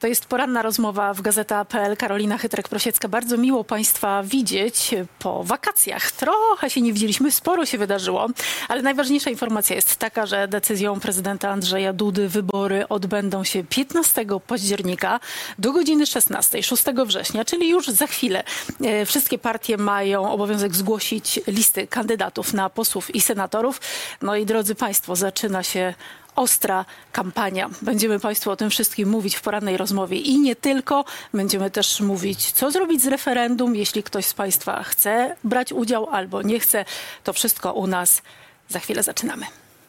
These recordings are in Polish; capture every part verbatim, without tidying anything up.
To jest poranna rozmowa w Gazeta kropka pe el. Karolina Chytrek-Prosiecka. Bardzo miło Państwa widzieć po wakacjach. Trochę się nie widzieliśmy, sporo się wydarzyło, ale najważniejsza informacja jest taka, że decyzją prezydenta Andrzeja Dudy wybory odbędą się piętnastego października do godziny szesnastej, szóstego września, czyli już za chwilę. Wszystkie partie mają obowiązek zgłosić listy kandydatów na posłów i senatorów. No i drodzy Państwo, zaczyna się ostra kampania. Będziemy Państwu o tym wszystkim mówić w porannej rozmowie i nie tylko. Będziemy też mówić, co zrobić z referendum, jeśli ktoś z Państwa chce brać udział albo nie chce. To wszystko u nas. Za chwilę zaczynamy.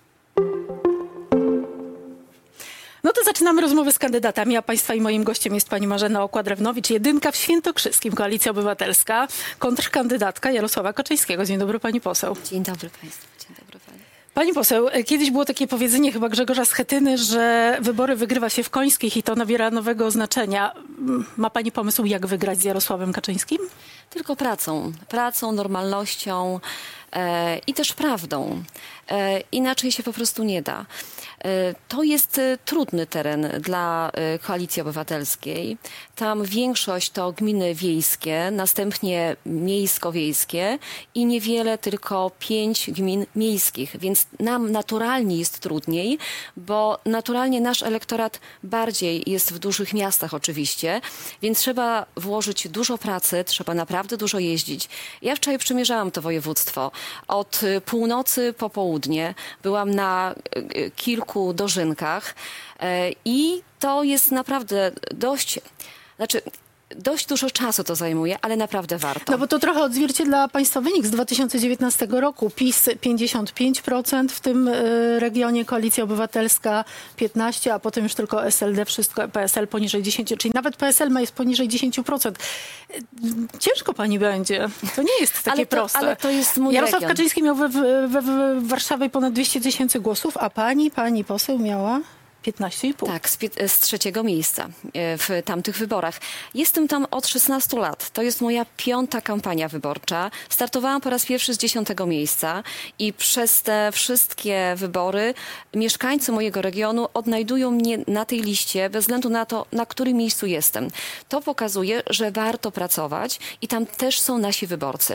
No to zaczynamy rozmowę z kandydatami, a Państwa i moim gościem jest pani Marzena Okła-Drewnowicz, jedynka w Świętokrzyskim, Koalicja Obywatelska, kontrkandydatka Jarosława Kaczyńskiego. Dzień dobry pani poseł. Dzień dobry Państwu. Dzień dobry pani. Pani poseł, kiedyś było takie powiedzenie chyba Grzegorza Schetyny, że wybory wygrywa się w Końskich i to nabiera nowego znaczenia. Ma pani pomysł, jak wygrać z Jarosławem Kaczyńskim? Tylko pracą. Pracą, normalnością e, i też prawdą. E, inaczej się po prostu nie da. E, to jest e, trudny teren dla e, Koalicji Obywatelskiej. Tam większość to gminy wiejskie, następnie miejsko-wiejskie i niewiele, tylko pięć gmin miejskich. Więc nam naturalnie jest trudniej, bo naturalnie nasz elektorat bardziej jest w dużych miastach oczywiście, więc trzeba włożyć dużo pracy, trzeba naprawdę dużo jeździć. Ja wczoraj przemierzałam to województwo. Od północy po południe byłam na kilku dożynkach i to jest naprawdę dość, znaczy dość dużo czasu to zajmuje, ale naprawdę warto. No bo to trochę odzwierciedla państwa wynik z dwa tysiące dziewiętnastego roku. PiS pięćdziesiąt pięć procent w tym y, regionie, Koalicja Obywatelska piętnaście procent, a potem już tylko es el de, wszystko, P S L poniżej dziesięć procent, czyli nawet P S L ma jest poniżej dziesięć procent. Ciężko pani będzie. To nie jest takie ale to, proste. Ale to jest mój Jarosław region. Kaczyński miał we, we, we, w Warszawie ponad dwieście tysięcy głosów, a pani, pani poseł miała piętnaście i pół. Tak, z, z trzeciego miejsca w tamtych wyborach. Jestem tam od szesnastu lat. To jest moja piąta kampania wyborcza. Startowałam po raz pierwszy z dziesiątego miejsca i przez te wszystkie wybory mieszkańcy mojego regionu odnajdują mnie na tej liście bez względu na to, na którym miejscu jestem. To pokazuje, że warto pracować i tam też są nasi wyborcy.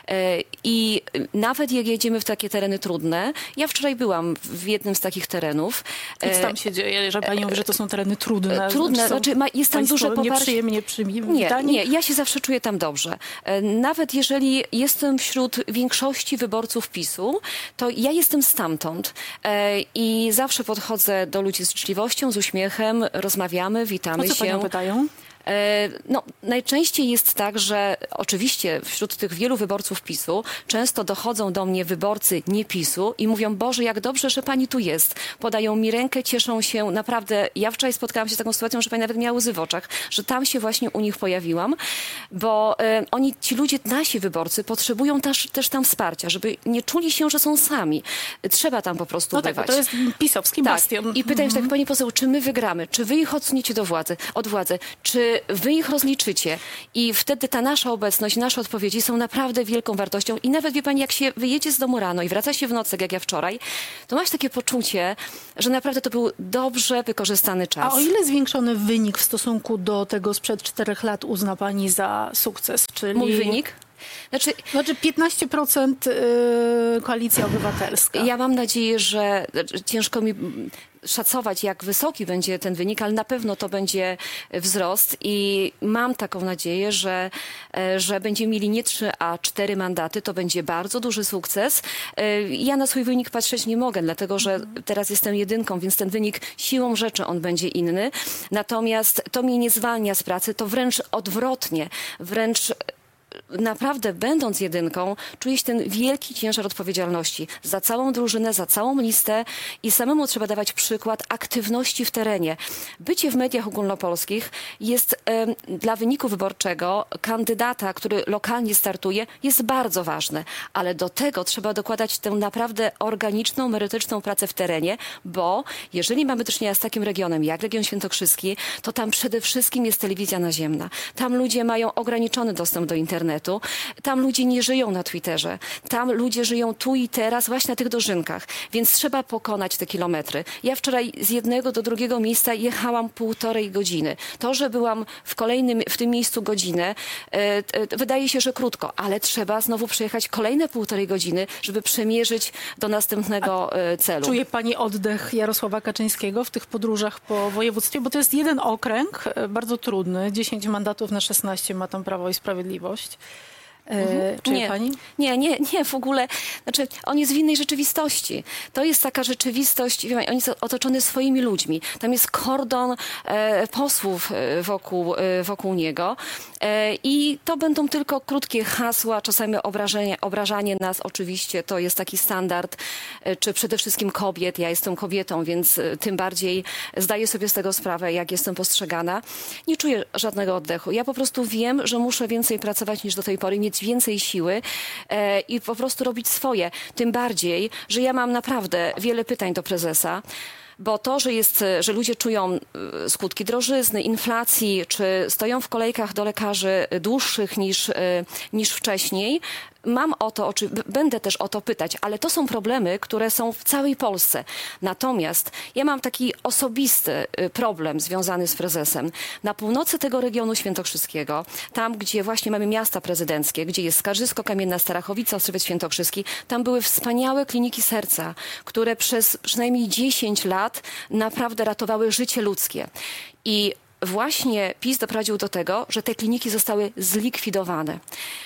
I nawet jak jedziemy w takie tereny trudne, ja wczoraj byłam w jednym z takich terenów. Co tam się dzieje, że pani mówi, że to są tereny trudne? Trudne, znaczy ma, jest tam duże poparcie. Nieprzyjemnie przyjmie. Nie, nie, ja się zawsze czuję tam dobrze. Nawet jeżeli jestem wśród większości wyborców PiSu, to ja jestem stamtąd i zawsze podchodzę do ludzi z życzliwością, z uśmiechem, rozmawiamy, witamy się. O co panią pytają? No, najczęściej jest tak, że oczywiście wśród tych wielu wyborców PiSu często dochodzą do mnie wyborcy nie PiSu i mówią: Boże, jak dobrze, że pani tu jest. Podają mi rękę, cieszą się. Naprawdę, ja wczoraj spotkałam się z taką sytuacją, że pani nawet miała łzy w oczach, że tam się właśnie u nich pojawiłam, bo e, oni, ci ludzie, nasi wyborcy, potrzebują też, też tam wsparcia, żeby nie czuli się, że są sami. Trzeba tam po prostu no bywać. Tak, to jest pisowski tak. bastion. I pytają się mhm. tak, pani poseł, czy my wygramy? Czy wy ich odsuniecie do władzy, od władzy? Czy wy ich rozliczycie i wtedy ta nasza obecność, nasze odpowiedzi są naprawdę wielką wartością i nawet, wie pani, jak się wyjedzie z domu rano i wraca się w nocy, jak ja wczoraj, to masz takie poczucie, że naprawdę to był dobrze wykorzystany czas. A o ile zwiększony wynik w stosunku do tego sprzed czterech lat uzna pani za sukces? Czyli... Mój wynik? Znaczy, znaczy piętnaście procent yy, Koalicja Obywatelska. Ja mam nadzieję, że ciężko mi szacować, jak wysoki będzie ten wynik, ale na pewno to będzie wzrost i mam taką nadzieję, że, że będziemy mieli nie trzy, a cztery mandaty. To będzie bardzo duży sukces. Ja na swój wynik patrzeć nie mogę, dlatego że teraz jestem jedynką, więc ten wynik siłą rzeczy on będzie inny. Natomiast to mnie nie zwalnia z pracy, to wręcz odwrotnie, wręcz naprawdę będąc jedynką, czuję się ten wielki ciężar odpowiedzialności za całą drużynę, za całą listę i samemu trzeba dawać przykład aktywności w terenie. Bycie w mediach ogólnopolskich jest e, dla wyniku wyborczego kandydata, który lokalnie startuje, jest bardzo ważne, ale do tego trzeba dokładać tę naprawdę organiczną, merytoryczną pracę w terenie, bo jeżeli mamy do czynienia z takim regionem jak region świętokrzyski, to tam przede wszystkim jest telewizja naziemna. Tam ludzie mają ograniczony dostęp do internetu. internetu. Tam ludzie nie żyją na Twitterze. Tam ludzie żyją tu i teraz, właśnie na tych dożynkach. Więc trzeba pokonać te kilometry. Ja wczoraj z jednego do drugiego miejsca jechałam półtorej godziny. To, że byłam w kolejnym, w tym miejscu godzinę, e, e, wydaje się, że krótko, ale trzeba znowu przejechać kolejne półtorej godziny, żeby przemierzyć do następnego e, celu. Czuje pani oddech Jarosława Kaczyńskiego w tych podróżach po województwie? Bo to jest jeden okręg, e, bardzo trudny. dziesięć mandatów na szesnaście ma tam Prawo i Sprawiedliwość. Mhm. Czuje nie, pani? Nie, nie, nie, w ogóle. Znaczy, on jest w innej rzeczywistości. To jest taka rzeczywistość, wie pani, on jest otoczony swoimi ludźmi. Tam jest kordon e, posłów e, wokół, e, wokół niego e, i to będą tylko krótkie hasła, czasami obrażenie, obrażanie nas oczywiście, to jest taki standard, e, czy przede wszystkim kobiet. Ja jestem kobietą, więc e, tym bardziej zdaję sobie z tego sprawę, jak jestem postrzegana. Nie czuję żadnego oddechu. Ja po prostu wiem, że muszę więcej pracować niż do tej pory, mieć więcej siły e, i po prostu robić swoje. Tym bardziej, że ja mam naprawdę wiele pytań do prezesa. Bo to, że, jest, że ludzie czują skutki drożyzny, inflacji, czy stoją w kolejkach do lekarzy dłuższych niż, niż wcześniej, mam o to, czy będę też o to pytać, ale to są problemy, które są w całej Polsce. Natomiast ja mam taki osobisty problem związany z prezesem. Na północy tego regionu świętokrzyskiego, tam gdzie właśnie mamy miasta prezydenckie, gdzie jest Skarżysko-Kamienna, Starachowica, Ostrowiec Świętokrzyski, tam były wspaniałe kliniki serca, które przez przynajmniej dziesięć lat naprawdę ratowały życie ludzkie. I właśnie PiS doprowadził do tego, że te kliniki zostały zlikwidowane.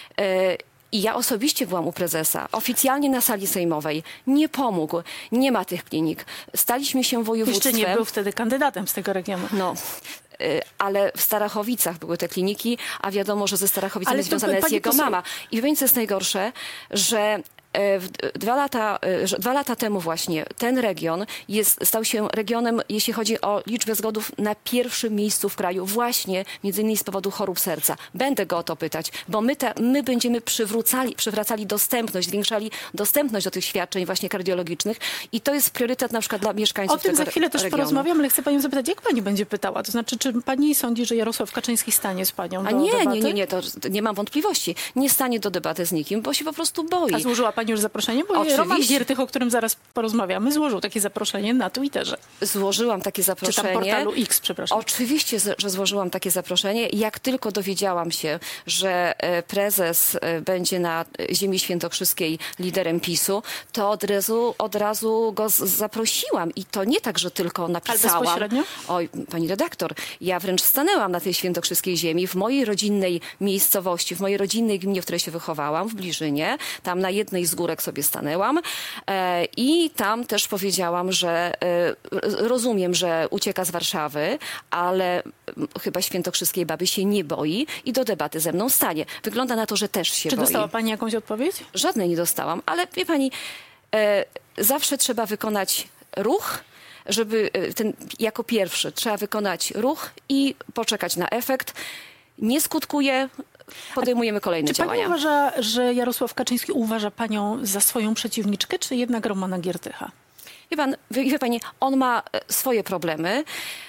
I ja osobiście byłam u prezesa, oficjalnie na sali sejmowej. Nie pomógł. Nie ma tych klinik. Staliśmy się województwem. Jeszcze nie był wtedy kandydatem z tego regionu. No, ale w Starachowicach były te kliniki, a wiadomo, że ze Starachowicami Ale to, związana jest pani jego poseł- mama. I wiem, co jest najgorsze, że w- Dwa lata, że dwa lata temu właśnie ten region jest, stał się regionem, jeśli chodzi o liczbę zgonów, na pierwszym miejscu w kraju, właśnie między innymi z powodu chorób serca. Będę go o to pytać, bo my, te, my będziemy przywracali, przywracali dostępność, zwiększali dostępność do tych świadczeń właśnie kardiologicznych i to jest priorytet na przykład dla mieszkańców O tym tego za chwilę też regionu. porozmawiam, ale chcę panią zapytać, jak pani będzie pytała? To znaczy, czy pani sądzi, że Jarosław Kaczyński stanie z panią A do nie, debaty? nie, nie, nie, to nie mam wątpliwości. Nie stanie do debaty z nikim, bo się po prostu boi. A złożyła pani już zaproszenie? Bo Oczywiście. Roman Giertych, o którym zaraz porozmawiamy, złożył takie zaproszenie na Twitterze. Złożyłam takie Czy zaproszenie. tam portalu X, przepraszam. Oczywiście, z- że złożyłam takie zaproszenie. Jak tylko dowiedziałam się, że e, prezes e, będzie na e, ziemi świętokrzyskiej liderem PiSu, to od razu, od razu go z- zaprosiłam. I to nie tak, że tylko napisałam. bezpośrednio? Oj, pani redaktor, ja wręcz stanęłam na tej świętokrzyskiej ziemi, w mojej rodzinnej miejscowości, w mojej rodzinnej gminie, w której się wychowałam, w Bliżynie. Tam na jednej z górek sobie stanęłam e, i tam też powiedziałam, że e, rozumiem, że ucieka z Warszawy, ale m, chyba świętokrzyskiej baby się nie boi i do debaty ze mną stanie. Wygląda na to, że też się Czy boi. dostała pani jakąś odpowiedź? Żadnej nie dostałam, ale wie pani, e, zawsze trzeba wykonać ruch, żeby e, ten jako pierwszy trzeba wykonać ruch i poczekać na efekt. Nie skutkuje, podejmujemy kolejne Czy pani działania. uważa, że Jarosław Kaczyński uważa panią za swoją przeciwniczkę, czy jednak Romana Giertycha? Wie pan, wie, wie pani, on ma e, swoje problemy.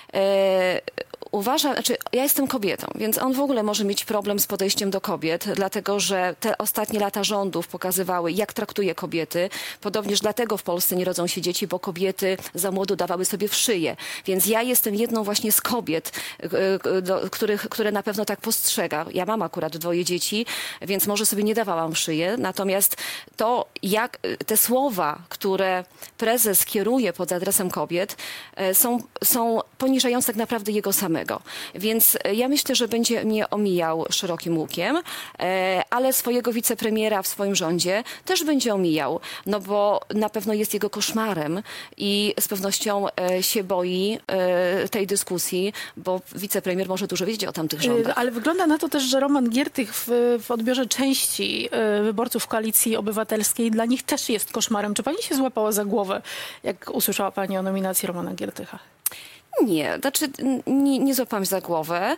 E, uważam, znaczy ja jestem kobietą, więc on w ogóle może mieć problem z podejściem do kobiet, dlatego że te ostatnie lata rządów pokazywały, jak traktuje kobiety. Podobnież dlatego w Polsce nie rodzą się dzieci, bo kobiety za młodu dawały sobie w szyję. Więc ja jestem jedną właśnie z kobiet, e, do, których, które na pewno tak postrzega. Ja mam akurat dwoje dzieci, więc może sobie nie dawałam w szyję. Natomiast to, jak te słowa, które prezes kieruje pod adresem kobiet, e, są, są poniżające tak naprawdę jego samego. Więc e, ja myślę, że będzie mnie omijał szerokim łukiem, e, ale swojego wicepremiera w swoim rządzie też będzie omijał, no bo na pewno jest jego koszmarem i z pewnością e, się boi e, tej dyskusji, bo wicepremier może dużo wiedzieć o tamtych rządach. Y, Ale wygląda na to też, że Roman Giertych w, w odbiorze części y, wyborców Koalicji Obywatelskiej dla nich też jest koszmarem. Czy pani się złapała za głowę, jak usłyszała pani o nominacji Romana Giertycha? Nie, znaczy nie, nie złapałam się za głowę.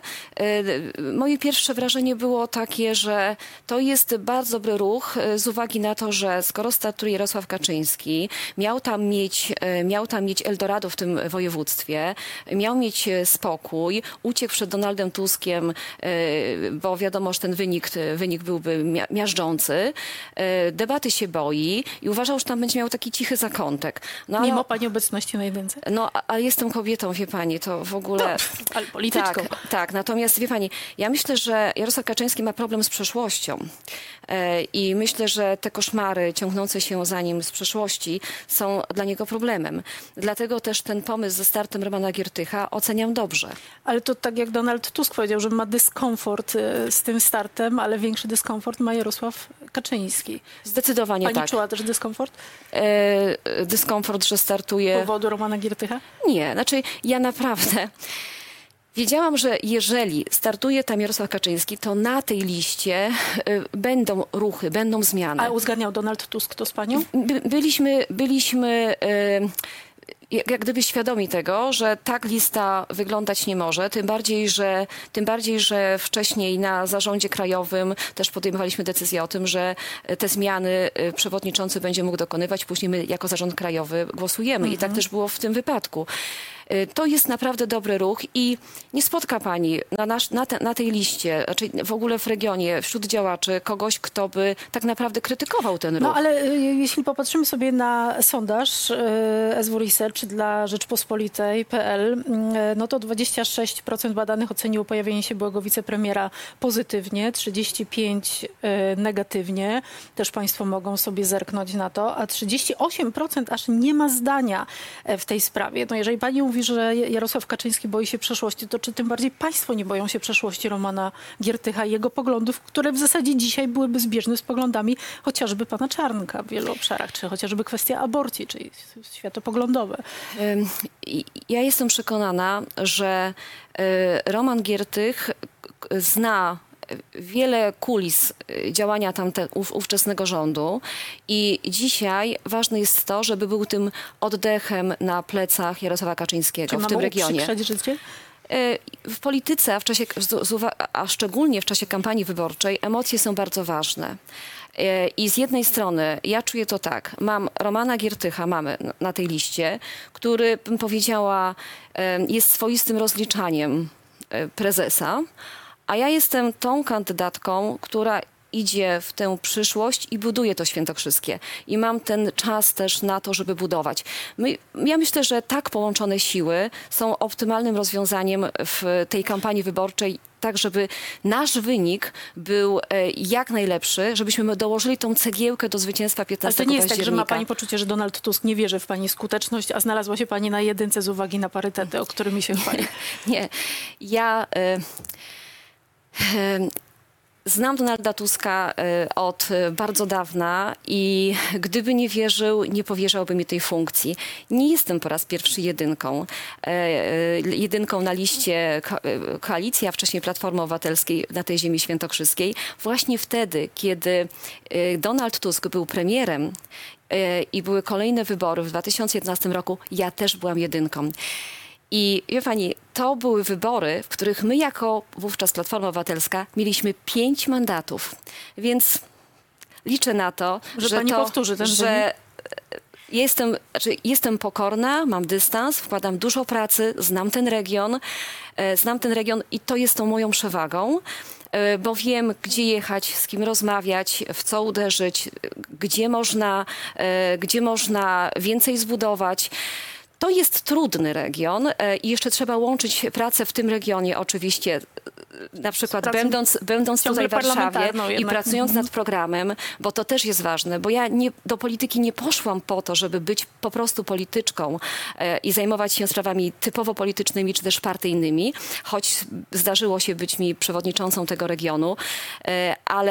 Moje pierwsze wrażenie było takie, że to jest bardzo dobry ruch z uwagi na to, że skoro startuje Jarosław Kaczyński, miał tam mieć, miał tam mieć Eldorado w tym województwie, miał mieć spokój, uciekł przed Donaldem Tuskiem, bo wiadomo, że ten wynik, wynik byłby miażdżący. Debaty się boi i uważał, że tam będzie miał taki cichy zakątek. No, Mimo pani obecności na jedynce. No, ale jestem kobietą, wie pani, to w ogóle... No, ale polityczką. Tak, tak, natomiast wie pani, ja myślę, że Jarosław Kaczyński ma problem z przeszłością e, i myślę, że te koszmary ciągnące się za nim z przeszłości są dla niego problemem. Dlatego też ten pomysł ze startem Romana Giertycha oceniam dobrze. Ale to tak jak Donald Tusk powiedział, że ma dyskomfort e, z tym startem, ale większy dyskomfort ma Jarosław Kaczyński. Zdecydowanie Pani tak. czuła też dyskomfort E, dyskomfort, że z startuje... powodu Romana Giertycha? Nie, znaczy ja naprawdę wiedziałam, że jeżeli startuje tam Jarosław Kaczyński, to na tej liście y, będą ruchy, będą zmiany. A uzgadniał Donald Tusk to z panią? By, byliśmy, byliśmy y, jak jak gdyby świadomi tego, że tak lista wyglądać nie może, tym bardziej, że, tym bardziej, że wcześniej na zarządzie krajowym też podejmowaliśmy decyzję o tym, że te zmiany y, przewodniczący będzie mógł dokonywać, później my jako zarząd krajowy głosujemy. I tak też było w tym wypadku. To jest naprawdę dobry ruch i nie spotka pani na, nasz, na, te, na tej liście, znaczy w ogóle w regionie, wśród działaczy, kogoś, kto by tak naprawdę krytykował ten ruch. No ale y, jeśli popatrzymy sobie na sondaż y, S W Research dla Rzeczpospolitej kropka p l, y, no to dwadzieścia sześć procent badanych oceniło pojawienie się byłego wicepremiera pozytywnie, trzydzieści pięć procent y, negatywnie. Też państwo mogą sobie zerknąć na to, a trzydzieści osiem procent aż nie ma zdania w tej sprawie. No jeżeli pani mówi, że Jarosław Kaczyński boi się przeszłości, to czy tym bardziej państwo nie boją się przeszłości Romana Giertycha i jego poglądów, które w zasadzie dzisiaj byłyby zbieżne z poglądami chociażby pana Czarnka w wielu obszarach, czy chociażby kwestia aborcji, czyli światopoglądowe. Ym, i- Ja jestem przekonana, że y, Roman Giertych y, zna wiele kulis y, działania tamte, ów, ówczesnego rządu i dzisiaj ważne jest to, żeby był tym oddechem na plecach Jarosława Kaczyńskiego Czy w mamy tym regionie. uprzykrzeć życie? W polityce, a, w czasie, z- z uwa- a szczególnie w czasie kampanii wyborczej, emocje są bardzo ważne. E, I z jednej strony ja czuję to tak, mam Romana Giertycha, mamy na- na tej liście, który, bym powiedziała, e, jest swoistym rozliczaniem e, prezesa, a ja jestem tą kandydatką, która idzie w tę przyszłość i buduje to świętokrzyskie. I mam ten czas też na to, żeby budować. My, ja myślę, że tak połączone siły są optymalnym rozwiązaniem w tej kampanii wyborczej, tak żeby nasz wynik był e, jak najlepszy, żebyśmy dołożyli tą cegiełkę do zwycięstwa Ale to piętnastego nie jest tak, że października. ma pani poczucie, że Donald Tusk nie wierzy w pani skuteczność, a znalazła się pani na jedynce z uwagi na parytety, o którymi się chwali. Nie, ja e, e, znam Donalda Tuska e, od e, bardzo dawna i gdyby nie wierzył, nie powierzałby mi tej funkcji. Nie jestem po raz pierwszy jedynką. E, e, jedynką na liście ko- e, koalicji, a wcześniej Platformy Obywatelskiej na tej ziemi świętokrzyskiej. Właśnie wtedy, kiedy e, Donald Tusk był premierem e, i były kolejne wybory w dwa tysiące jedenastym roku, ja też byłam jedynką. I wie pani, to były wybory, w których my jako wówczas Platforma Obywatelska mieliśmy pięć mandatów. Więc liczę na to, Że że, pani to, powtórzy ten że jestem, znaczy jestem pokorna, mam dystans, wkładam dużo pracy, znam ten region, e, znam ten region i to jest tą moją przewagą. e, Bo wiem, gdzie jechać, z kim rozmawiać, w co uderzyć, gdzie można, e, gdzie można więcej zbudować. To jest trudny region e, i jeszcze trzeba łączyć pracę w tym regionie oczywiście, e, na przykład pracą będąc, będąc ciągle tutaj w Warszawie parlamentarną i jednak. pracując Mhm. nad programem, bo to też jest ważne, bo ja nie, do polityki nie poszłam po to, żeby być po prostu polityczką e, i zajmować się sprawami typowo politycznymi czy też partyjnymi, choć zdarzyło się być mi przewodniczącą tego regionu, e, ale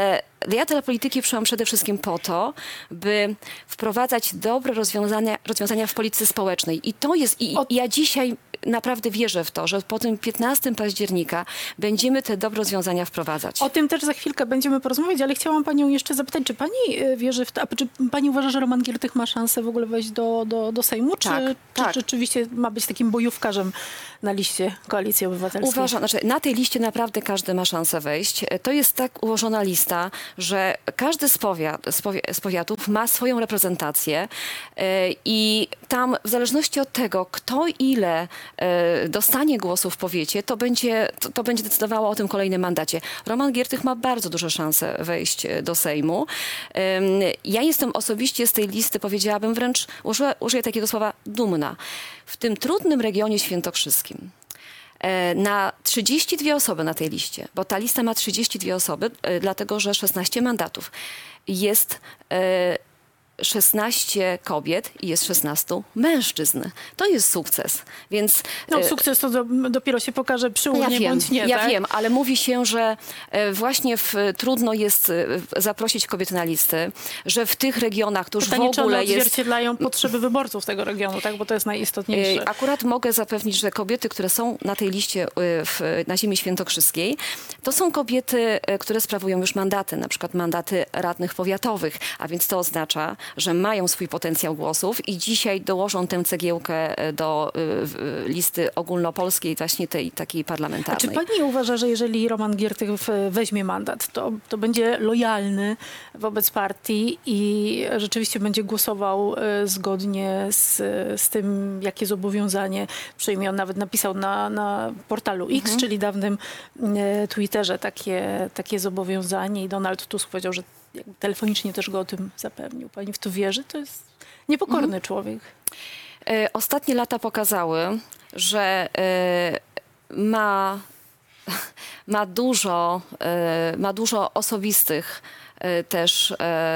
ja do polityki przyszłam przede wszystkim po to, by wprowadzać dobre rozwiązania, rozwiązania w polityce społecznej. I to jest, i, i ja dzisiaj naprawdę wierzę w to, że po tym piętnastego października będziemy te dobre rozwiązania wprowadzać. O tym też za chwilkę będziemy porozmawiać, ale chciałam panią jeszcze zapytać, czy pani e, wierzy w to, a czy pani uważa, że Roman Giertych ma szansę w ogóle wejść do, do, do Sejmu? Czy, Tak, czy, tak. czy rzeczywiście ma być takim bojówkarzem na liście Koalicji Obywatelskiej? Uważam, znaczy na tej liście naprawdę każdy ma szansę wejść. To jest tak ułożona lista, że każdy z, powiat, z, powi z powiatów ma swoją reprezentację yy, i tam w zależności od tego, kto ile yy, dostanie głosów w powiecie, to będzie, to, to będzie decydowało o tym kolejnym mandacie. Roman Giertych ma bardzo duże szanse wejść do Sejmu. Yy, ja jestem osobiście z tej listy, powiedziałabym wręcz, użyję, użyję takiego słowa, dumna. W tym trudnym regionie świętokrzyskim na trzydzieści dwie osoby na tej liście, bo ta lista ma trzydzieści dwie osoby, dlatego że szesnaście mandatów. Jest szesnaście kobiet i jest szesnastu mężczyzn. To jest sukces. Więc, no sukces to do, dopiero się pokaże przy ja urnie wiem, bądź nie. Ja tak? wiem, ale mówi się, że właśnie w, trudno jest zaprosić kobiety na listy, że w tych regionach to już Pytanie, w ogóle czy one jest... odzwierciedlają potrzeby wyborców tego regionu, tak? Bo to jest najistotniejsze. Akurat mogę zapewnić, że kobiety, które są na tej liście w, na ziemi świętokrzyskiej, to są kobiety, które sprawują już mandaty, na przykład mandaty radnych powiatowych, a więc to oznacza, że mają swój potencjał głosów i dzisiaj dołożą tę cegiełkę do y, listy ogólnopolskiej, właśnie tej takiej parlamentarnej. A czy pani uważa, że jeżeli Roman Giertych weźmie mandat, to, to będzie lojalny wobec partii i rzeczywiście będzie głosował y, zgodnie z, z tym, jakie zobowiązanie przyjmie? On nawet napisał na, na portalu X, mhm. czyli dawnym y, Twitterze, takie, takie zobowiązanie i Donald Tusk powiedział, że telefonicznie też go o tym zapewnił. Pani w to wierzy? To jest niepokorny mhm. człowiek. Ostatnie lata pokazały, że ma, ma, dużo, ma dużo osobistych też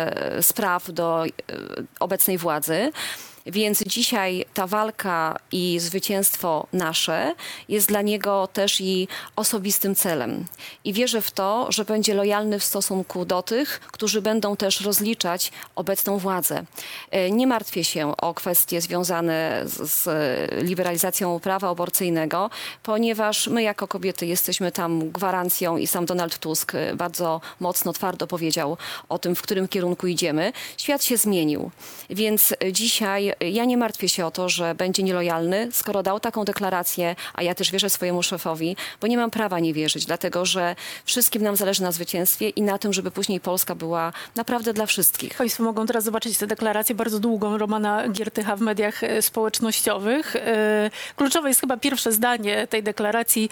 spraw do obecnej władzy. Więc dzisiaj ta walka i zwycięstwo nasze jest dla niego też i osobistym celem. I wierzę w to, że będzie lojalny w stosunku do tych, którzy będą też rozliczać obecną władzę. Nie martwię się o kwestie związane z, z liberalizacją prawa aborcyjnego, ponieważ my jako kobiety jesteśmy tam gwarancją i sam Donald Tusk bardzo mocno, twardo powiedział o tym, w którym kierunku idziemy. Świat się zmienił, więc dzisiaj ja nie martwię się o to, że będzie nielojalny, skoro dał taką deklarację, a ja też wierzę swojemu szefowi, bo nie mam prawa nie wierzyć, dlatego że wszystkim nam zależy na zwycięstwie i na tym, żeby później Polska była naprawdę dla wszystkich. Państwo mogą teraz zobaczyć tę deklarację bardzo długą Romana Giertycha w mediach społecznościowych. Kluczowe jest chyba pierwsze zdanie tej deklaracji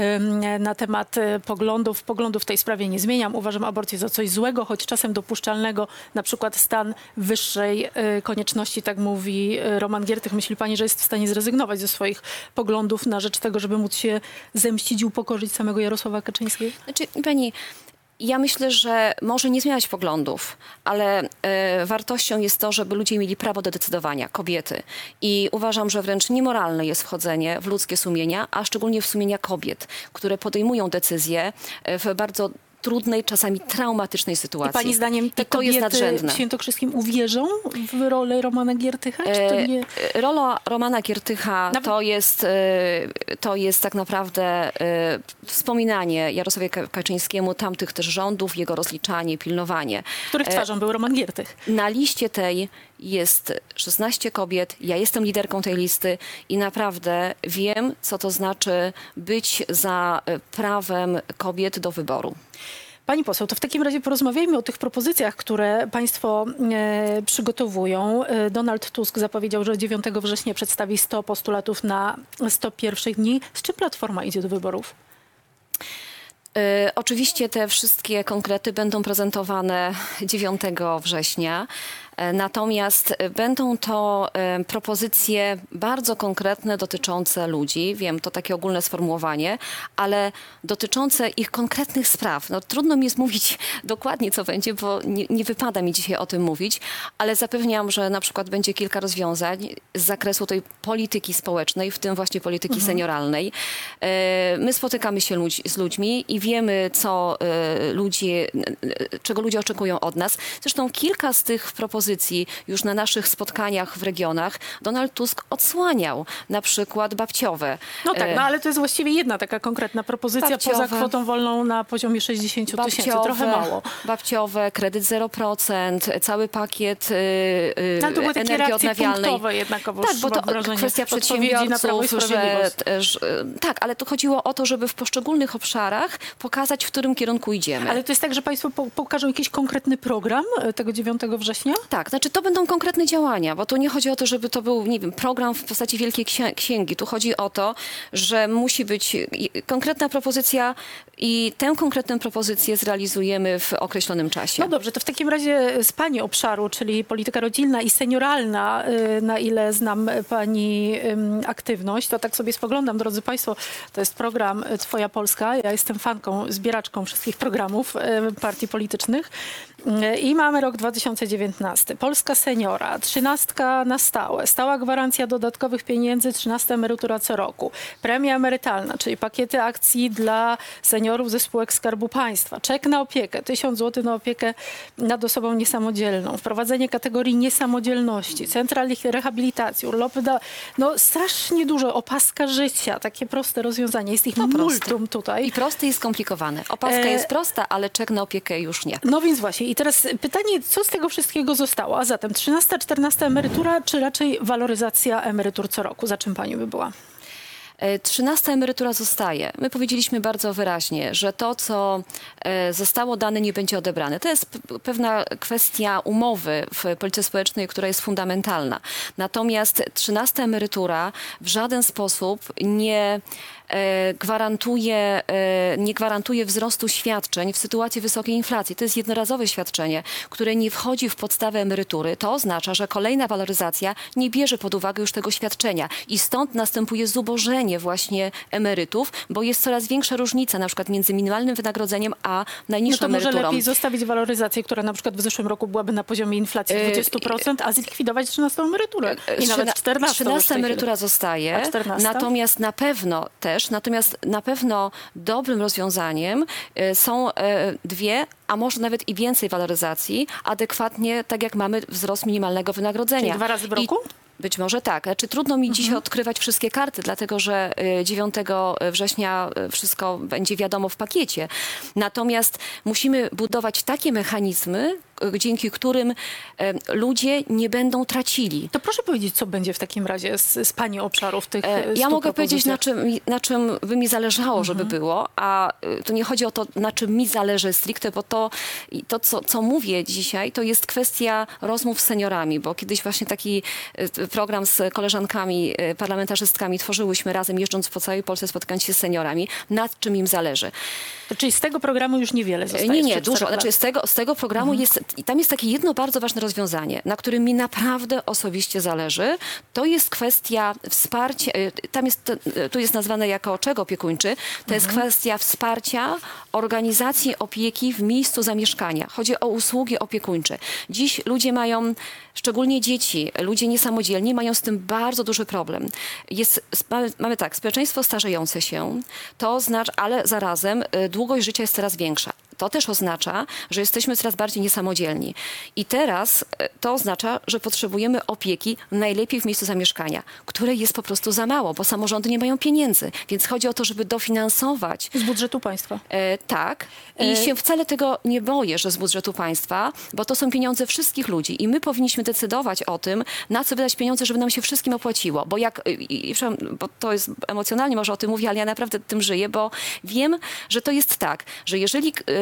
na temat poglądów. Poglądów w tej sprawie nie zmieniam. Uważam aborcję za coś złego, choć czasem dopuszczalnego, na przykład stan wyższej konieczności, tak mówi Roman Giertych. Myśli pani, że jest w stanie zrezygnować ze swoich poglądów na rzecz tego, żeby móc się zemścić i upokorzyć samego Jarosława Kaczyńskiego? Znaczy, pani, ja myślę, że może nie zmieniać poglądów, ale y, wartością jest to, żeby ludzie mieli prawo do decydowania, kobiety. I uważam, że wręcz niemoralne jest wchodzenie w ludzkie sumienia, a szczególnie w sumienia kobiet, które podejmują decyzje w bardzo trudnej, czasami traumatycznej sytuacji. I pani zdaniem te I to jest nadrzędne. w Świętokrzyskim uwierzą w rolę Romana Giertycha? Czy to nie... E, rola Romana Giertycha Nawet... to, jest, e, to jest tak naprawdę e, wspominanie Jarosławie Kaczyńskiemu tamtych też rządów, jego rozliczanie, pilnowanie. Których twarzą e, był Roman Giertych. Na liście tej jest szesnaście kobiet, ja jestem liderką tej listy i naprawdę wiem, co to znaczy być za prawem kobiet do wyboru. Pani poseł, to w takim razie porozmawiajmy o tych propozycjach, które państwo e, przygotowują. Donald Tusk zapowiedział, że dziewiątego września przedstawi sto postulatów na sto pierwszych dni. Z czym Platforma idzie do wyborów? Y, oczywiście te wszystkie konkrety będą prezentowane dziewiątego września. E, Natomiast będą to e, propozycje bardzo konkretne dotyczące ludzi. Wiem, to takie ogólne sformułowanie, ale dotyczące ich konkretnych spraw. No, trudno mi jest mówić dokładnie, co będzie, bo nie, nie wypada mi dzisiaj o tym mówić, ale zapewniam, że na przykład będzie kilka rozwiązań z zakresu tej polityki społecznej, w tym właśnie polityki mhm. senioralnej. E, My spotykamy się ludź, z ludźmi i wiemy, co e, ludzie, czego ludzie oczekują od nas. Zresztą kilka z tych propozycji już na naszych spotkaniach w regionach Donald Tusk odsłaniał, na przykład babciowe. No tak, no ale to jest właściwie jedna taka konkretna propozycja Babciowe. poza kwotą wolną na poziomie sześćdziesiąt tysięcy. Trochę mało. Babciowe, kredyt zero procent, cały pakiet yy, Ale to były takie energii reakcje odnawialnej. punktowe jednakowoż, Tak, bo to wrażenie, kwestia na Prawo i przedsiębiorców, że, że tak, ale to chodziło o to, żeby w poszczególnych obszarach pokazać, w którym kierunku idziemy. Ale to jest tak, że państwo po, pokażą jakiś konkretny program tego dziewiątego września? Tak, znaczy to będą konkretne działania, bo tu nie chodzi o to, żeby to był, nie wiem, program w postaci wielkiej księ- księgi. Tu chodzi o to, że musi być konkretna propozycja i tę konkretną propozycję zrealizujemy w określonym czasie. No dobrze, to w takim razie z pani obszaru, czyli polityka rodzinna i senioralna, na ile znam pani aktywność, to tak sobie spoglądam, drodzy państwo, to jest program Twoja Polska. Ja jestem fanką, zbieraczką wszystkich programów partii politycznych. I mamy rok dwa tysiące dziewiętnasty. Polska seniora, trzynastka na stałe, stała gwarancja dodatkowych pieniędzy, trzynasta emerytura co roku, premia emerytalna, czyli pakiety akcji dla seniorów ze spółek Skarbu Państwa, czek na opiekę, tysiąc złotych na opiekę nad osobą niesamodzielną, wprowadzenie kategorii niesamodzielności, centra rehabilitacji, urlopy, da, no strasznie dużo, opaska życia, takie proste rozwiązanie. Jest ich No multum proste. tutaj. I prosty i skomplikowane. Opaska E... jest prosta, ale czek na opiekę już nie. No więc właśnie. I teraz pytanie, co z tego wszystkiego zostało? A zatem trzynasta, czternasta emerytura, czy raczej waloryzacja emerytur co roku? Za czym pani by była? Trzynasta emerytura zostaje. My powiedzieliśmy bardzo wyraźnie, że to, co zostało dane, nie będzie odebrane. To jest pewna kwestia umowy w polityce społecznej, która jest fundamentalna. Natomiast trzynasta emerytura w żaden sposób nie gwarantuje, nie gwarantuje wzrostu świadczeń w sytuacji wysokiej inflacji. To jest jednorazowe świadczenie, które nie wchodzi w podstawę emerytury. To oznacza, że kolejna waloryzacja nie bierze pod uwagę już tego świadczenia i stąd następuje zubożenie właśnie emerytów, bo jest coraz większa różnica na przykład między minimalnym wynagrodzeniem a najniższą emeryturą. No to emeryturą. może lepiej zostawić waloryzację, która na przykład w zeszłym roku byłaby na poziomie inflacji dwadzieścia procent, a zlikwidować trzynastą emeryturę. I nawet czternastą. trzynasta emerytura zostaje, natomiast na pewno też Natomiast na pewno dobrym rozwiązaniem są dwie, a może nawet i więcej waloryzacji, adekwatnie tak jak mamy wzrost minimalnego wynagrodzenia. Czyli dwa razy w roku? I być może tak. Znaczy, trudno mi mhm. dzisiaj odkrywać wszystkie karty, dlatego że dziewiątego września wszystko będzie wiadomo w pakiecie. Natomiast musimy budować takie mechanizmy, dzięki którym ludzie nie będą tracili. To proszę powiedzieć, co będzie w takim razie z, z pani obszarów tych Ja mogę powiedzieć, na czym, na czym by mi zależało, żeby mhm. było, a to nie chodzi o to, na czym mi zależy stricte, bo to, to co, co mówię dzisiaj, to jest kwestia rozmów z seniorami, bo kiedyś właśnie taki program z koleżankami, parlamentarzystkami tworzyłyśmy razem, jeżdżąc po całej Polsce, spotykając się z seniorami, nad czym im zależy. To czyli z tego programu już niewiele zostaje? Nie, nie, dużo. Znaczy z tego, z tego programu mhm. jest, i tam jest takie jedno bardzo ważne rozwiązanie, na którym mi naprawdę osobiście zależy. To jest kwestia wsparcia, tam jest, tu jest nazwane jako czego opiekuńczy, to mhm. jest kwestia wsparcia organizacji opieki w miejscu zamieszkania. Chodzi o usługi opiekuńcze. Dziś ludzie mają, szczególnie dzieci, ludzie niesamodzielni, mają z tym bardzo duży problem. Jest, mamy, mamy tak, społeczeństwo starzejące się, to oznacza, ale zarazem długość życia jest coraz większa. To też oznacza, że jesteśmy coraz bardziej niesamodzielni. I teraz to oznacza, że potrzebujemy opieki najlepiej w miejscu zamieszkania, które jest po prostu za mało, bo samorządy nie mają pieniędzy. Więc chodzi o to, żeby dofinansować. Z budżetu państwa. E, tak. I e... się wcale tego nie boję, że z budżetu państwa, bo to są pieniądze wszystkich ludzi. I my powinniśmy decydować o tym, na co wydać pieniądze, żeby nam się wszystkim opłaciło. Bo jak, i, i, bo to jest emocjonalnie, może o tym mówię, ale ja naprawdę tym żyję, bo wiem, że to jest tak, że jeżeli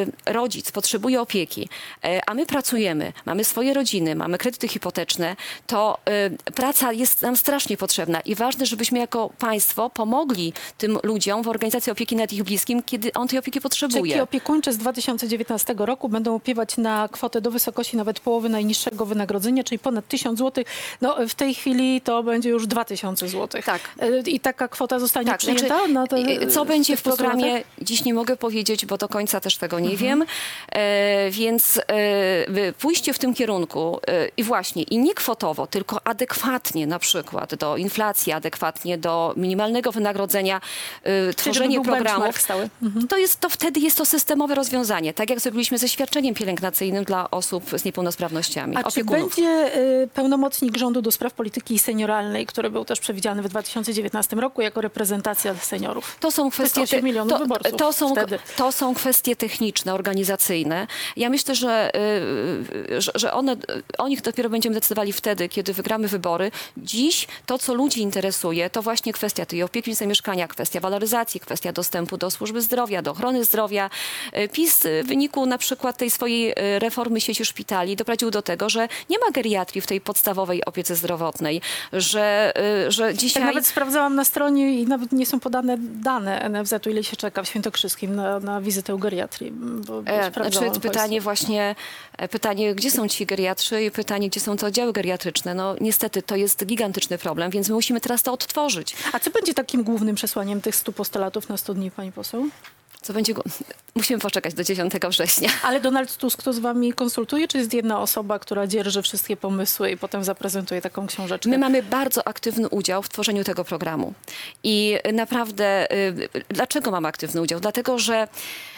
rodzic potrzebuje opieki, a my pracujemy, mamy swoje rodziny, mamy kredyty hipoteczne, to praca jest nam strasznie potrzebna i ważne, żebyśmy jako państwo pomogli tym ludziom w organizacji opieki nad ich bliskim, kiedy on tej opieki potrzebuje. Czyli opiekuńcze z dwa tysiące dziewiętnastego roku będą opiewać na kwotę do wysokości nawet połowy najniższego wynagrodzenia, czyli ponad tysiąc złotych. No, w tej chwili to będzie już dwa tysiące złotych. Tak. I taka kwota zostanie Tak, przyjęta? znaczy, na te, co będzie w postulatach? programie, dziś nie mogę powiedzieć, bo do końca też tego nie mhm. wiem. E, więc e, pójście w tym kierunku e, i właśnie, i nie kwotowo, tylko adekwatnie na przykład do inflacji, adekwatnie do minimalnego wynagrodzenia, e, tworzenie programów, stały. Mhm. to, jest, to wtedy jest to systemowe rozwiązanie. Tak jak zrobiliśmy ze świadczeniem pielęgnacyjnym dla osób z niepełnosprawnościami. A opiekunów. czy będzie y, pełnomocnik rządu do spraw polityki senioralnej, który był też przewidziany w dwa tysiące dziewiętnastym roku jako reprezentacja seniorów? To są kwestie, osiem milionów to, wyborców to, są, wtedy. to są kwestie techniczne, organizacyjne. Ja myślę, że, y, że, że one, o nich dopiero będziemy decydowali wtedy, kiedy wygramy wybory. Dziś to, co ludzi interesuje, to właśnie kwestia tej opieki za mieszkania, kwestia waloryzacji, kwestia dostępu do służby zdrowia, do ochrony zdrowia. PiS w wyniku na przykład tej swojej reformy sieci szpitali doprowadził do tego, że nie ma geriatrii w tej podstawowej opiece zdrowotnej, że, że dzisiaj... Ja nawet sprawdzałam na stronie i nawet nie są podane dane N F Z-u, ile się czeka w Świętokrzyskim na, na wizytę u geriatrii. Bo, bo e, znaczy pytanie właśnie, pytanie, gdzie są ci geriatrzy i pytanie, gdzie są te oddziały geriatryczne. No niestety to jest gigantyczny problem, więc my musimy teraz to odtworzyć. A co będzie takim głównym przesłaniem tych stu postulatów na sto dni, pani poseł? Co będzie... Musimy poczekać do dziesiątego września. Ale Donald Tusk to z wami konsultuje, czy jest jedna osoba, która dzierży wszystkie pomysły i potem zaprezentuje taką książeczkę? My mamy bardzo aktywny udział w tworzeniu tego programu. I naprawdę, dlaczego mamy aktywny udział? Dlatego, że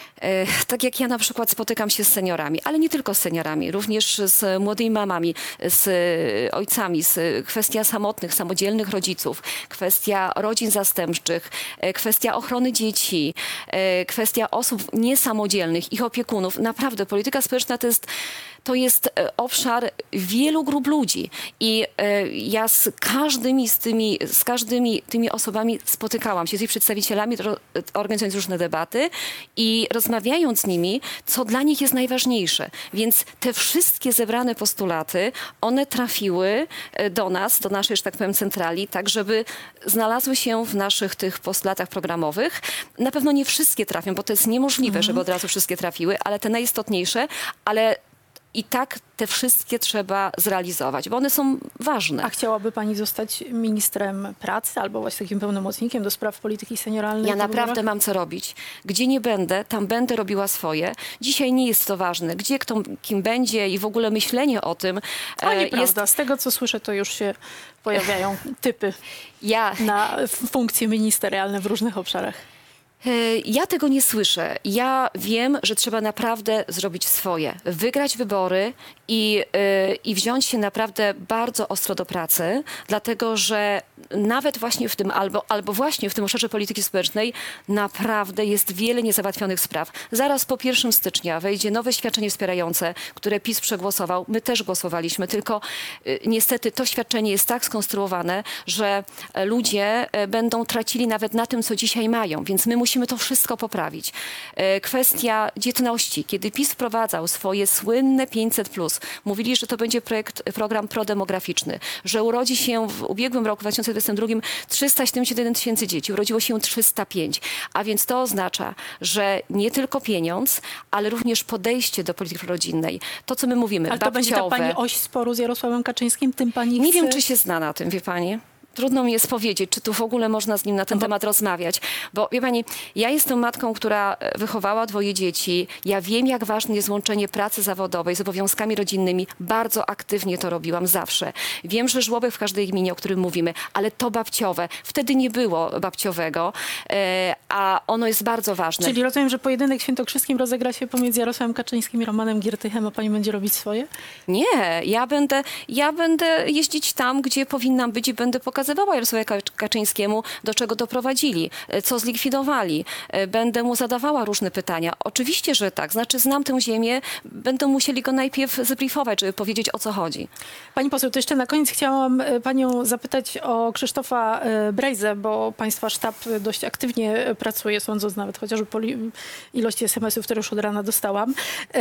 tak jak ja na przykład spotykam się z seniorami, ale nie tylko z seniorami, również z młodymi mamami, z ojcami, z kwestia samotnych, samodzielnych rodziców, kwestia rodzin zastępczych, kwestia ochrony dzieci, kwestia osób niesamodzielnych, ich opiekunów. Naprawdę polityka społeczna to jest, to jest obszar wielu grup ludzi i ja z każdymi z tymi, z każdymi tymi osobami spotykałam się, z ich przedstawicielami, organizując różne debaty i rozmawiając z nimi, co dla nich jest najważniejsze. Więc te wszystkie zebrane postulaty, one trafiły do nas, do naszej, że tak powiem, centrali, tak żeby znalazły się w naszych tych postulatach programowych. Na pewno nie wszystkie trafią, bo to jest niemożliwe, mhm. żeby od razu wszystkie trafiły, ale te najistotniejsze, ale i tak te wszystkie trzeba zrealizować, bo one są ważne. A chciałaby pani zostać ministrem pracy albo właśnie takim pełnomocnikiem do spraw polityki senioralnej? Ja naprawdę mam co robić. Gdzie nie będę, tam będę robiła swoje. Dzisiaj nie jest to ważne. Gdzie kto kim będzie i w ogóle myślenie o tym. To nieprawda. Jest... Z tego, co słyszę, to już się pojawiają typy ja... na funkcje ministerialne w różnych obszarach. Ja tego nie słyszę. Ja wiem, że trzeba naprawdę zrobić swoje. Wygrać wybory i, yy, i wziąć się naprawdę bardzo ostro do pracy, dlatego że nawet właśnie w tym, albo, albo właśnie w tym obszarze polityki społecznej naprawdę jest wiele niezałatwionych spraw. Zaraz po pierwszego stycznia wejdzie nowe świadczenie wspierające, które PiS przegłosował. My też głosowaliśmy, tylko yy, niestety to świadczenie jest tak skonstruowane, że ludzie yy, będą tracili nawet na tym, co dzisiaj mają, więc my musimy Musimy to wszystko poprawić. Kwestia dzietności. Kiedy PiS wprowadzał swoje słynne pięćset plus, mówili, że to będzie projekt, program prodemograficzny, że urodzi się w ubiegłym roku, w dwa tysiące dwudziestym drugim, trzysta siedemdziesiąt jeden tysięcy dzieci. Urodziło się trzysta pięć. A więc to oznacza, że nie tylko pieniądz, ale również podejście do polityki rodzinnej. To, co my mówimy, ale babciowe. To będzie ta pani oś sporu z Jarosławem Kaczyńskim? Tym pani Nie chce... wiem, czy się zna na tym, wie pani. Trudno mi jest powiedzieć, czy tu w ogóle można z nim na ten no bo... temat rozmawiać. Bo wie pani, ja jestem matką, która wychowała dwoje dzieci. Ja wiem, jak ważne jest łączenie pracy zawodowej z obowiązkami rodzinnymi. Bardzo aktywnie to robiłam zawsze. Wiem, że żłobek w każdej gminie, o którym mówimy, ale to babciowe. Wtedy nie było babciowego, a ono jest bardzo ważne. Czyli rozumiem, że pojedynek świętokrzyskim rozegra się pomiędzy Jarosławem Kaczyńskim i Romanem Giertychem, a pani będzie robić swoje? Nie, ja będę, ja będę jeździć tam, gdzie powinnam być i będę pokazywać przekazywała Jarosławowi Kaczyńskiemu, do czego doprowadzili, co zlikwidowali. Będę mu zadawała różne pytania. Oczywiście, że tak. Znaczy znam tę ziemię, będą musieli go najpierw zbriefować, żeby powiedzieć, o co chodzi. Pani poseł, to jeszcze na koniec chciałam panią zapytać o Krzysztofa Brejzę, bo państwa sztab dość aktywnie pracuje, sądząc nawet chociażby po ilości es em esów, które już od rana dostałam.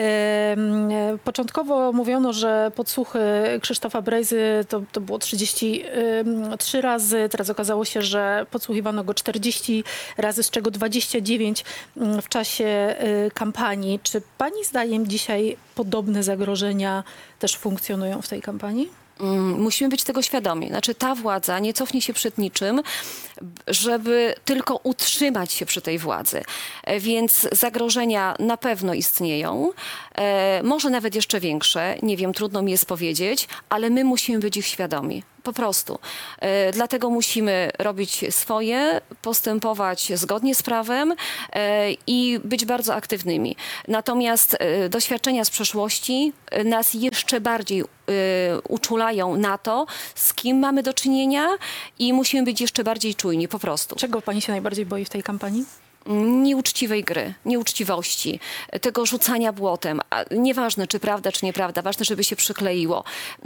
Początkowo mówiono, że podsłuchy Krzysztofa Brejzy to, to było trzydzieści trzy razy. Teraz okazało się, że podsłuchiwano go czterdzieści razy, z czego dwadzieścia dziewięć w czasie kampanii. Czy pani zdaniem dzisiaj podobne zagrożenia też funkcjonują w tej kampanii? Musimy być tego świadomi. Znaczy ta władza nie cofnie się przed niczym, żeby tylko utrzymać się przy tej władzy. Więc zagrożenia na pewno istnieją. E, może nawet jeszcze większe. Nie wiem, trudno mi jest powiedzieć, ale my musimy być ich świadomi. Po prostu. E, dlatego musimy robić swoje, postępować zgodnie z prawem e, i być bardzo aktywnymi. Natomiast e, doświadczenia z przeszłości e, nas jeszcze bardziej e, uczulają na to, z kim mamy do czynienia i musimy być jeszcze bardziej czujni, po prostu. Czego pani się najbardziej boi w tej kampanii? Nieuczciwej gry, nieuczciwości, tego rzucania błotem. A nieważne, czy prawda, czy nieprawda, ważne, żeby się przykleiło.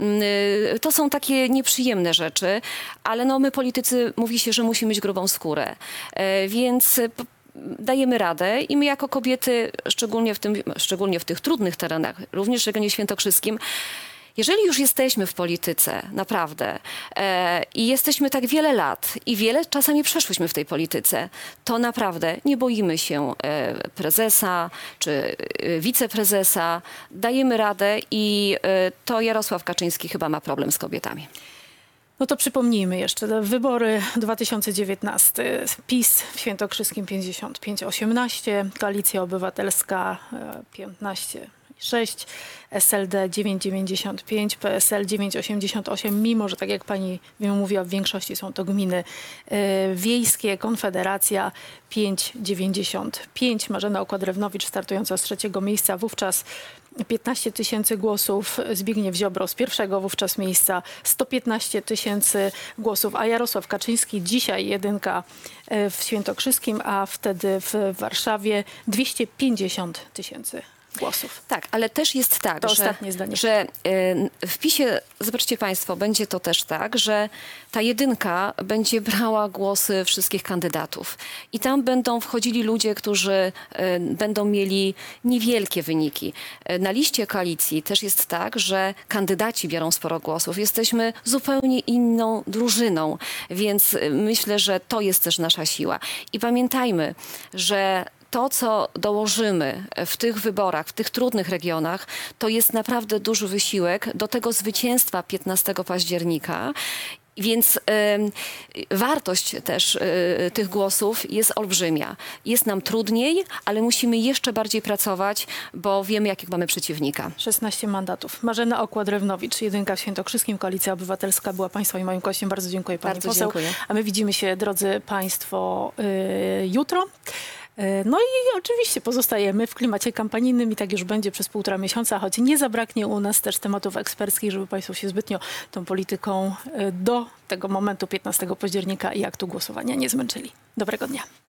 To są takie nieprzyjemne rzeczy, ale no my politycy mówi się, że musimy mieć grubą skórę. Więc dajemy radę i my jako kobiety, szczególnie w, tym, szczególnie w tych trudnych terenach, również w regionie świętokrzyskim, jeżeli już jesteśmy w polityce, naprawdę, e, i jesteśmy tak wiele lat i wiele czasami przeszłyśmy w tej polityce, to naprawdę nie boimy się e, prezesa czy e, wiceprezesa, dajemy radę i e, to Jarosław Kaczyński chyba ma problem z kobietami. No to przypomnijmy jeszcze, wybory dwa tysiące dziewiętnasty, PiS w Świętokrzyskim pięćdziesiąt pięć osiemnaście, Koalicja Obywatelska piętnaście sześć, es el de dziewięć dziewięćdziesiąt pięć, pe es el dziewięć osiemdziesiąt osiem, mimo że tak jak pani mówiła, w większości są to gminy y, wiejskie, Konfederacja pięć dziewięćdziesiąt pięć, Marzena Okła-Drewnowicz startująca z trzeciego miejsca, wówczas piętnaście tysięcy głosów, Zbigniew Ziobro z pierwszego wówczas miejsca sto piętnaście tysięcy głosów, a Jarosław Kaczyński dzisiaj jedynka w Świętokrzyskim, a wtedy w Warszawie dwieście pięćdziesiąt tysięcy głosów. Tak, ale też jest tak, to że, ostatnie zdanie. że w PiSie, zobaczcie państwo, będzie to też tak, że ta jedynka będzie brała głosy wszystkich kandydatów. I tam będą wchodzili ludzie, którzy będą mieli niewielkie wyniki. Na liście koalicji też jest tak, że kandydaci biorą sporo głosów. Jesteśmy zupełnie inną drużyną, więc myślę, że to jest też nasza siła. I pamiętajmy, że to, co dołożymy w tych wyborach, w tych trudnych regionach, to jest naprawdę duży wysiłek do tego zwycięstwa piętnastego października. Więc y, wartość też y, tych głosów jest olbrzymia. Jest nam trudniej, ale musimy jeszcze bardziej pracować, bo wiemy, jakiego mamy przeciwnika. szesnaście mandatów. Marzena Okła-Drewnowicz, jedynka w Świętokrzyskim, Koalicja Obywatelska była państwa i moim gościem. Bardzo dziękuję pani Bardzo poseł. dziękuję. A my widzimy się, drodzy państwo, y, jutro. No i oczywiście pozostajemy w klimacie kampanijnym i tak już będzie przez półtora miesiąca, choć nie zabraknie u nas też tematów eksperckich, żeby państwo się zbytnio tą polityką do tego momentu piętnastego października i aktu głosowania nie zmęczyli. Dobrego dnia.